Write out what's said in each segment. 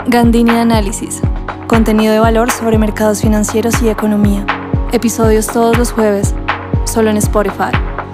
Gandini Análisis. Contenido de valor sobre mercados financieros y economía. Episodios todos los jueves, solo en Spotify.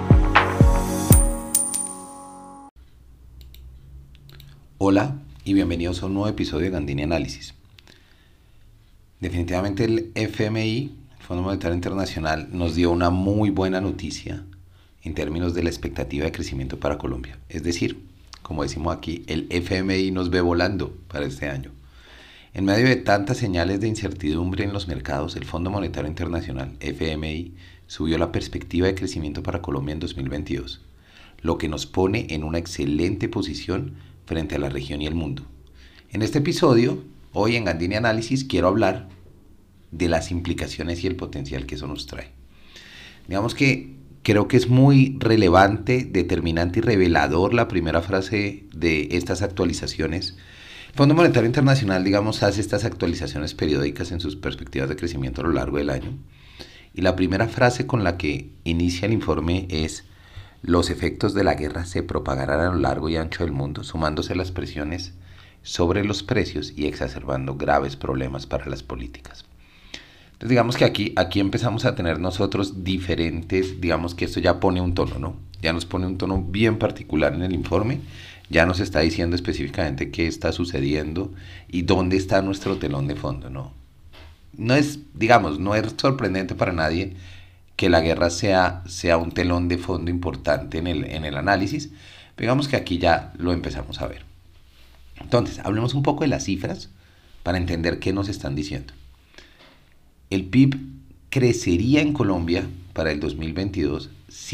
Hola y bienvenidos a un nuevo episodio de Gandini Análisis. Definitivamente el FMI, el Fondo Monetario Internacional, nos dio una muy buena noticia en términos de la expectativa de crecimiento para Colombia. Es decir, como decimos aquí, el FMI nos ve volando para este año. En medio de tantas señales de incertidumbre en los mercados, el Fondo Monetario Internacional, FMI, subió la perspectiva de crecimiento para Colombia en 2022, lo que nos pone en una excelente posición frente a la región y el mundo. En este episodio, hoy en Gandini Análisis, quiero hablar de las implicaciones y el potencial que eso nos trae. Digamos que creo que es muy relevante, determinante y revelador la primera frase de estas actualizaciones. El Fondo Monetario Internacional, digamos, hace estas actualizaciones periódicas en sus perspectivas de crecimiento a lo largo del año. Y la primera frase con la que inicia el informe es: los efectos de la guerra se propagarán a lo largo y ancho del mundo, sumándose las presiones sobre los precios y exacerbando graves problemas para las políticas. Entonces digamos que aquí empezamos a tener nosotros diferentes, digamos que esto ya pone un tono, ¿no? Ya nos pone un tono bien particular en el informe, ya nos está diciendo específicamente qué está sucediendo y dónde está nuestro telón de fondo, ¿no? No es sorprendente para nadie que la guerra sea un telón de fondo importante en el análisis. Digamos que aquí ya lo empezamos a ver. Entonces, hablemos un poco de las cifras para entender qué nos están diciendo. El PIB crecería en Colombia para el 2022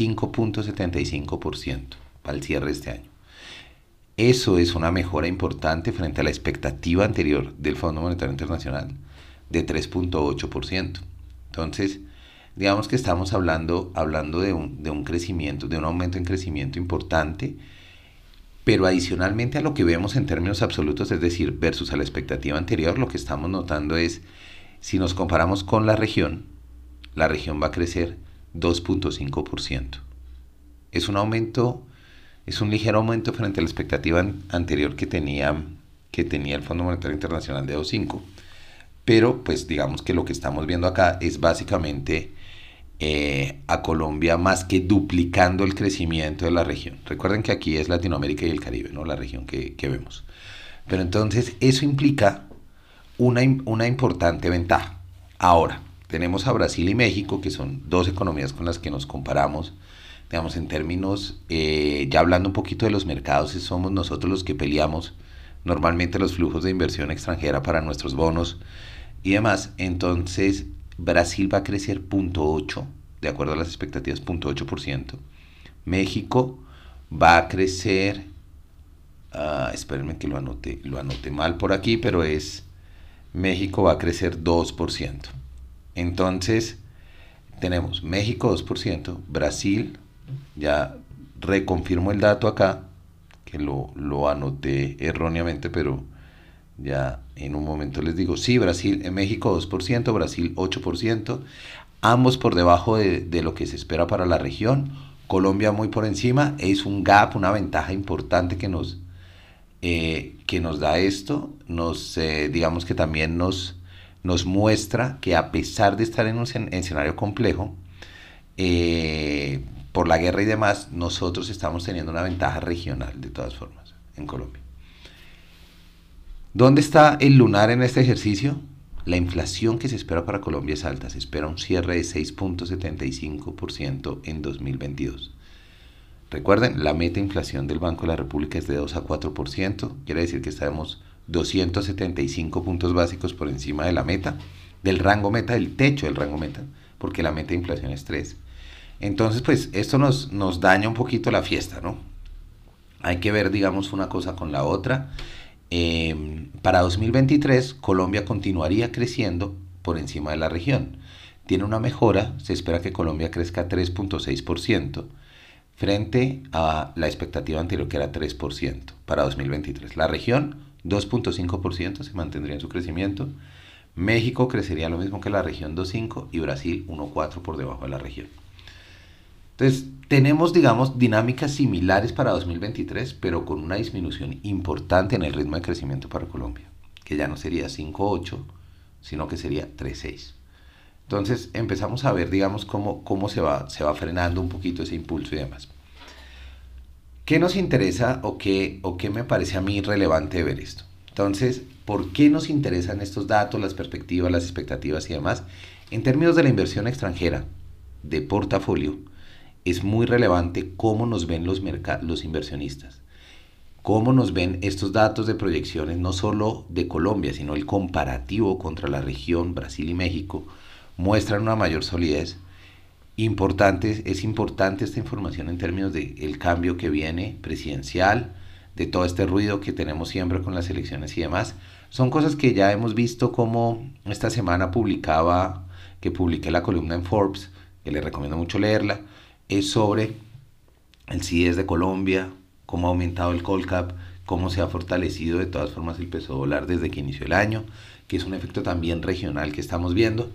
5.75% para el cierre de este año. Eso es una mejora importante frente a la expectativa anterior del Fondo Monetario Internacional de 3.8%. Entonces, digamos que estamos hablando de un crecimiento, de un aumento en crecimiento importante, pero adicionalmente a lo que vemos en términos absolutos, es decir, versus a la expectativa anterior, lo que estamos notando es, si nos comparamos con la región va a crecer 2.5%. Es un ligero aumento frente a la expectativa anterior que tenía el Fondo Monetario Internacional de 2.5%. Pero pues digamos que lo que estamos viendo acá es básicamente a Colombia más que duplicando el crecimiento de la región. Recuerden que aquí es Latinoamérica y el Caribe, ¿no? La región que vemos. Pero entonces eso implica una importante ventaja. Ahora, tenemos a Brasil y México, que son dos economías con las que nos comparamos. Digamos, en términos, ya hablando un poquito de los mercados, somos nosotros los que peleamos normalmente los flujos de inversión extranjera para nuestros bonos y demás. Entonces, Brasil va a crecer 0.8%, de acuerdo a las expectativas, 0.8%. México va a crecer, espérenme que lo anoté mal por aquí, pero México va a crecer 2%. Entonces, tenemos México 2%, Brasil, ya reconfirmo el dato acá, que lo anoté erróneamente, pero ya en un momento les digo, sí, México 2%, Brasil 8%, ambos por debajo de lo que se espera para la región, Colombia muy por encima. Es un gap, una ventaja importante que nos da esto, digamos que también nos muestra que a pesar de estar en un escenario complejo, por la guerra y demás, nosotros estamos teniendo una ventaja regional de todas formas en Colombia. ¿Dónde está el lunar en este ejercicio? La inflación que se espera para Colombia es alta. Se espera un cierre de 6.75% en 2022. Recuerden, la meta de inflación del Banco de la República es de 2 a 4%. Quiere decir que estaremos 275 puntos básicos por encima de la meta, del rango meta, del techo del rango meta, porque la meta de inflación es 3. Entonces, pues, esto nos daña un poquito la fiesta, ¿no? Hay que ver, digamos, una cosa con la otra. Para 2023, Colombia continuaría creciendo por encima de la región. Tiene una mejora, se espera que Colombia crezca 3.6% frente a la expectativa anterior que era 3% para 2023. La región 2.5% se mantendría en su crecimiento. México crecería lo mismo que la región 2.5% y Brasil 1.4% por debajo de la región. Entonces, tenemos, digamos, dinámicas similares para 2023, pero con una disminución importante en el ritmo de crecimiento para Colombia. que ya no sería 5.8, sino que sería 3.6. Entonces empezamos a ver, digamos, cómo se va frenando un poquito ese impulso y demás. ¿Qué nos interesa o qué me parece a mí relevante de ver esto? Entonces, ¿por qué nos interesan estos datos, las perspectivas, las expectativas y demás? En términos de la inversión extranjera de portafolio, es muy relevante cómo nos ven los inversionistas, cómo nos ven estos datos de proyecciones, no solo de Colombia, sino el comparativo contra la región, Brasil y México, muestran una mayor solidez. Es importante esta información en términos del cambio que viene presidencial, de todo este ruido que tenemos siempre con las elecciones y demás. Son cosas que ya hemos visto, como esta semana publiqué la columna en Forbes, que les recomiendo mucho leerla, es sobre el CIES de Colombia, cómo ha aumentado el Colcap, cómo se ha fortalecido de todas formas el peso dólar desde que inició el año, que es un efecto también regional que estamos viendo.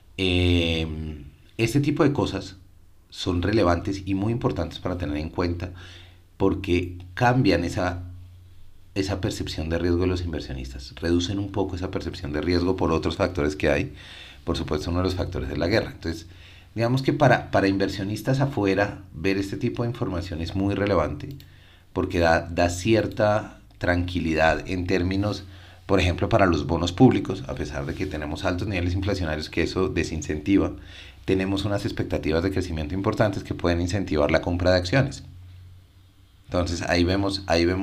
Este tipo de cosas son relevantes y muy importantes para tener en cuenta, porque cambian esa percepción de riesgo de los inversionistas, reducen un poco esa percepción de riesgo por otros factores que hay. Por supuesto, uno de los factores es la guerra. Entonces, digamos que para inversionistas afuera, ver este tipo de información es muy relevante, porque da cierta tranquilidad en términos, por ejemplo, para los bonos públicos. A pesar de que tenemos altos niveles inflacionarios, que eso desincentiva, tenemos unas expectativas de crecimiento importantes que pueden incentivar la compra de acciones. Entonces ahí vemos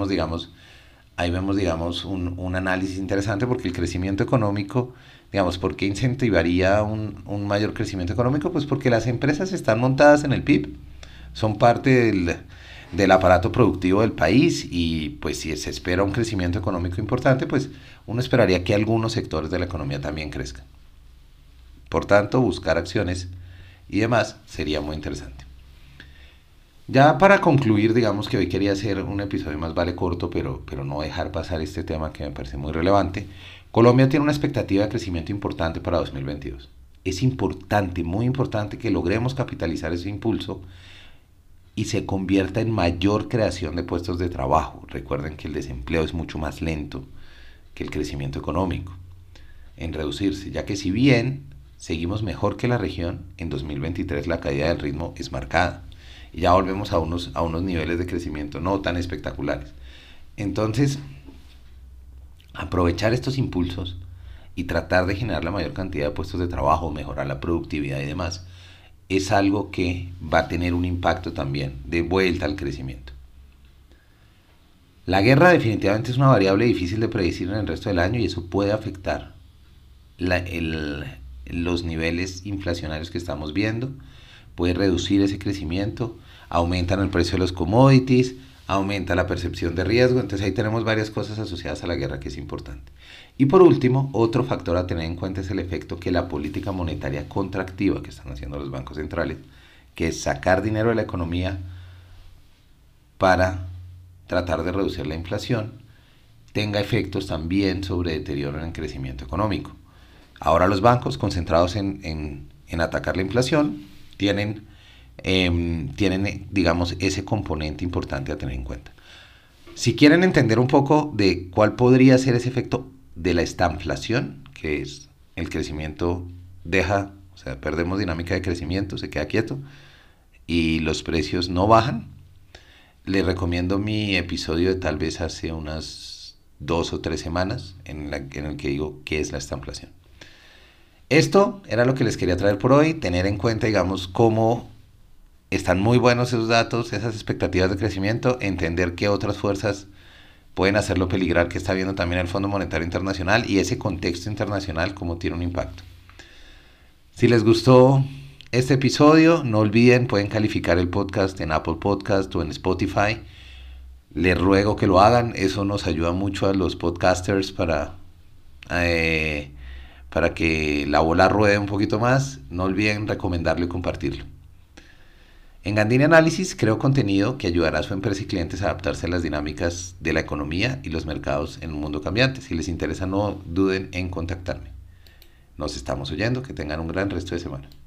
un análisis interesante, porque el crecimiento económico, digamos, ¿por qué incentivaría un mayor crecimiento económico? Pues porque las empresas están montadas en el PIB, son parte del aparato productivo del país, y pues si se espera un crecimiento económico importante, pues uno esperaría que algunos sectores de la economía también crezcan. Por tanto, buscar acciones y demás sería muy interesante. Ya para concluir, digamos que hoy quería hacer un episodio más vale corto, pero no dejar pasar este tema que me parece muy relevante. Colombia tiene una expectativa de crecimiento importante para 2022. Es importante, muy importante, que logremos capitalizar ese impulso y se convierta en mayor creación de puestos de trabajo. Recuerden que el desempleo es mucho más lento que el crecimiento económico en reducirse, ya que si bien seguimos mejor que la región, en 2023 la caída del ritmo es marcada y ya volvemos a unos niveles de crecimiento no tan espectaculares. Entonces, aprovechar estos impulsos y tratar de generar la mayor cantidad de puestos de trabajo, mejorar la productividad y demás, es algo que va a tener un impacto también de vuelta al crecimiento. La guerra definitivamente es una variable difícil de predecir en el resto del año, y eso puede afectar los niveles inflacionarios que estamos viendo, puede reducir ese crecimiento, aumentan el precio de los commodities, aumenta la percepción de riesgo. Entonces ahí tenemos varias cosas asociadas a la guerra que es importante. Y por último, otro factor a tener en cuenta es el efecto que la política monetaria contractiva que están haciendo los bancos centrales, que es sacar dinero de la economía para tratar de reducir la inflación, tenga efectos también sobre deterioro en el crecimiento económico. Ahora los bancos, concentrados en atacar la inflación, tienen, digamos, ese componente importante a tener en cuenta. Si quieren entender un poco de cuál podría ser ese efecto de la estanflación, que es el crecimiento perdemos dinámica de crecimiento, se queda quieto y los precios no bajan, les recomiendo mi episodio de tal vez hace unas 2 o 3 semanas en el que digo qué es la estanflación. Esto era lo que les quería traer por hoy, tener en cuenta, digamos, cómo están muy buenos esos datos, esas expectativas de crecimiento, entender qué otras fuerzas pueden hacerlo peligrar, que está viendo también el Fondo Monetario Internacional, y ese contexto internacional, cómo tiene un impacto. Si les gustó este episodio, no olviden, pueden calificar el podcast en Apple Podcast o en Spotify. Les ruego que lo hagan, eso nos ayuda mucho a los podcasters para que la bola ruede un poquito más. No olviden recomendarlo y compartirlo. En Gandini Análisis creo contenido que ayudará a su empresa y clientes a adaptarse a las dinámicas de la economía y los mercados en un mundo cambiante. Si les interesa, no duden en contactarme. Nos estamos oyendo, que tengan un gran resto de semana.